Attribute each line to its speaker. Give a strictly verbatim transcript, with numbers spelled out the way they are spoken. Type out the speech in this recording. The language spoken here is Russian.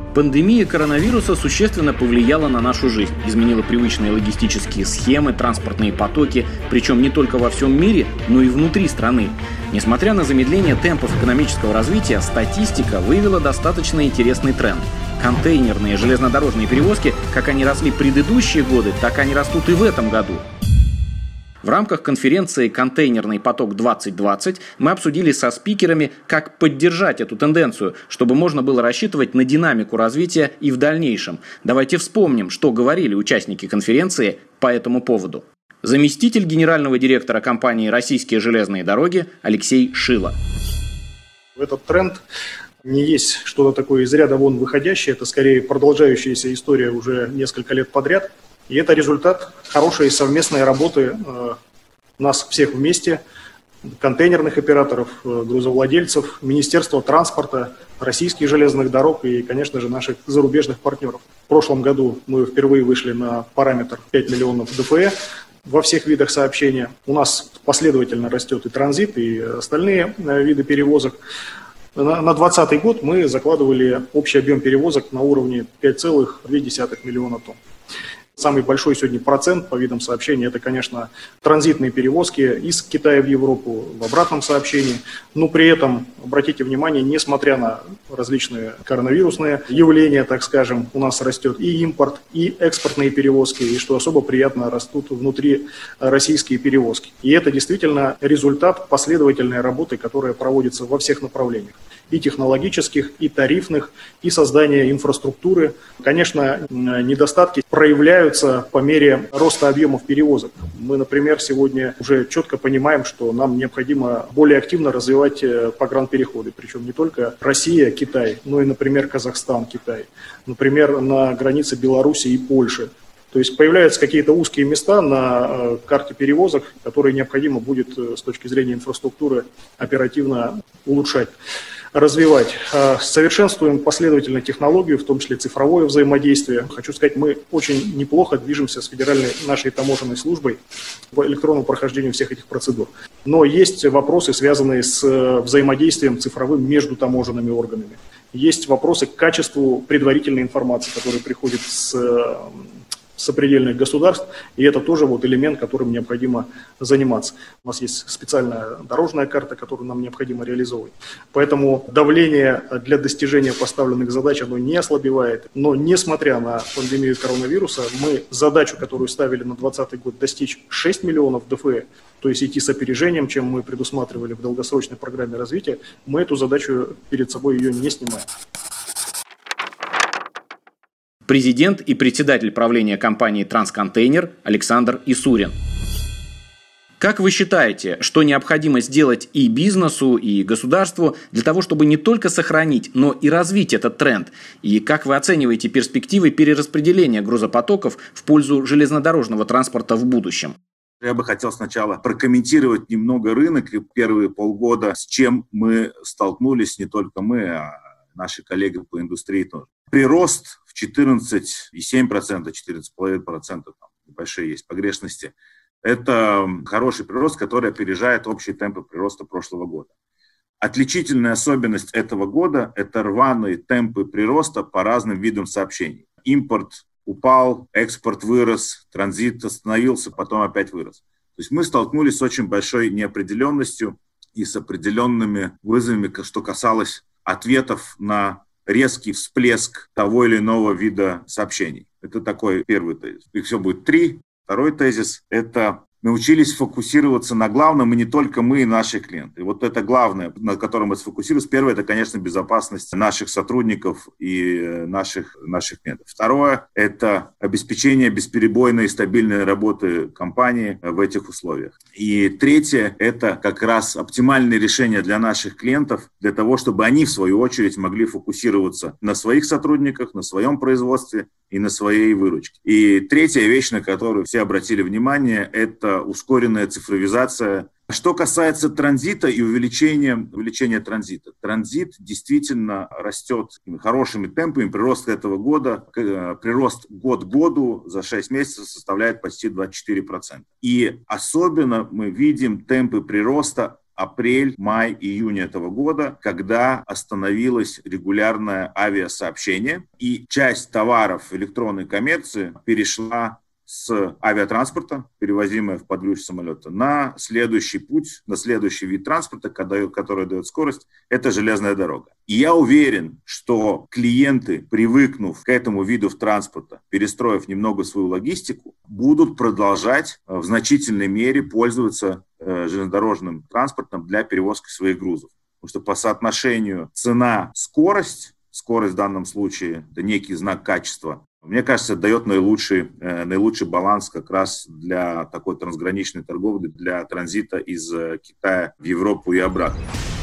Speaker 1: Пандемия коронавируса существенно повлияла на нашу жизнь, изменила привычные логистические схемы, транспортные потоки, причем не только во всем мире, но и внутри страны. Несмотря на замедление темпов экономического развития, статистика выявила достаточно интересный тренд. Контейнерные железнодорожные перевозки, как они росли предыдущие годы, так они растут и в этом году. В рамках конференции «Контейнерный поток-двадцать двадцать» мы обсудили со спикерами, как поддержать эту тенденцию, чтобы можно было рассчитывать на динамику развития и в дальнейшем. Давайте вспомним, что говорили участники конференции по этому поводу. Заместитель генерального директора компании «Российские железные дороги» Алексей Шило.
Speaker 2: Этот тренд не есть что-то такое из ряда вон выходящее, это скорее продолжающаяся история уже несколько лет подряд. И это результат хорошей совместной работы э, нас всех вместе, контейнерных операторов, э, грузовладельцев, Министерства транспорта, Российских железных дорог и, конечно же, наших зарубежных партнеров. В прошлом году мы впервые вышли на параметр пять миллионов ДФЭ во всех видах сообщения. У нас последовательно растет и транзит, и остальные э, виды перевозок. На двадцатый год мы закладывали общий объем перевозок на уровне пять целых две десятых миллиона тонн. Самый большой сегодня процент по видам сообщения – это, конечно, транзитные перевозки из Китая в Европу в обратном сообщении. Но при этом, обратите внимание, несмотря на различные коронавирусные явления, так скажем, у нас растет и импорт, и экспортные перевозки, и, что особо приятно, растут внутри российские перевозки. И это действительно результат последовательной работы, которая проводится во всех направлениях. И технологических, и тарифных, и создания инфраструктуры. Конечно, недостатки проявляются по мере роста объемов перевозок. Мы, например, сегодня уже четко понимаем, что нам необходимо более активно развивать погранпереходы. Причем не только Россия, Китай, но и, например, Казахстан, Китай. Например, на границе Беларуси и Польши. То есть появляются какие-то узкие места на карте перевозок, которые необходимо будет с точки зрения инфраструктуры оперативно улучшать, развивать. Совершенствуем последовательно технологию, в том числе цифровое взаимодействие. Хочу сказать, мы очень неплохо движемся с федеральной нашей таможенной службой по электронному прохождению всех этих процедур. Но есть вопросы, связанные с взаимодействием цифровым между таможенными органами. Есть вопросы к качеству предварительной информации, которая приходит с сопредельных государств, и это тоже вот элемент, которым необходимо заниматься. У нас есть специальная дорожная карта, которую нам необходимо реализовывать. Поэтому давление для достижения поставленных задач, оно не ослабевает. Но несмотря на пандемию коронавируса, мы задачу, которую ставили на двадцатый год, достичь шесть миллионов ДФЭ, то есть идти с опережением, чем мы предусматривали в долгосрочной программе развития, мы эту задачу перед собой ее не снимаем.
Speaker 1: Президент и председатель правления компании «Трансконтейнер» Александр Исурин. Как вы считаете, что необходимо сделать и бизнесу, и государству для того, чтобы не только сохранить, но и развить этот тренд? И как вы оцениваете перспективы перераспределения грузопотоков в пользу железнодорожного транспорта в будущем?
Speaker 3: Я бы хотел сначала прокомментировать немного рынок и первые полгода, с чем мы столкнулись, не только мы, а наши коллеги по индустрии тоже. Прирост в четырнадцать целых семь десятых процента, четырнадцать целых пять десятых процента, там небольшие есть погрешности. Это хороший прирост, который опережает общие темпы прироста прошлого года. Отличительная особенность этого года – это рваные темпы прироста по разным видам сообщений. Импорт упал, экспорт вырос, транзит остановился, потом опять вырос. То есть мы столкнулись с очень большой неопределенностью и с определенными вызовами, что касалось ответов на резкий всплеск того или иного вида сообщений. Это такой первый тезис. Их все будет три. Второй тезис – это научились фокусироваться на главном, и не только мы, и наши клиенты. И вот это главное, на котором мы сфокусируемся. Первое – это, конечно, безопасность наших сотрудников и наших, наших клиентов. Второе – это обеспечение бесперебойной и стабильной работы компании в этих условиях. И третье – это как раз оптимальные решения для наших клиентов, для того, чтобы они, в свою очередь, могли фокусироваться на своих сотрудниках, на своем производстве и на своей выручке. И третья вещь, на которую все обратили внимание, это ускоренная цифровизация. Что касается транзита и увеличения, увеличения транзита. Транзит действительно растет хорошими темпами. Прирост этого года, прирост год к году за шесть месяцев составляет почти двадцать четыре процента. И особенно мы видим темпы прироста апрель, май, июнь этого года, когда остановилось регулярное авиасообщение, и часть товаров электронной коммерции перешла с авиатранспорта, перевозимая в подвижные самолеты, на следующий путь, на следующий вид транспорта, который дает скорость, это железная дорога. И я уверен, что клиенты, привыкнув к этому виду транспорта, перестроив немного свою логистику, будут продолжать в значительной мере пользоваться железнодорожным транспортом для перевозки своих грузов. Потому что по соотношению цена-скорость, скорость в данном случае – это некий знак качества, мне кажется, дает наилучший, наилучший баланс как раз для такой трансграничной торговли, для транзита из Китая в Европу и обратно.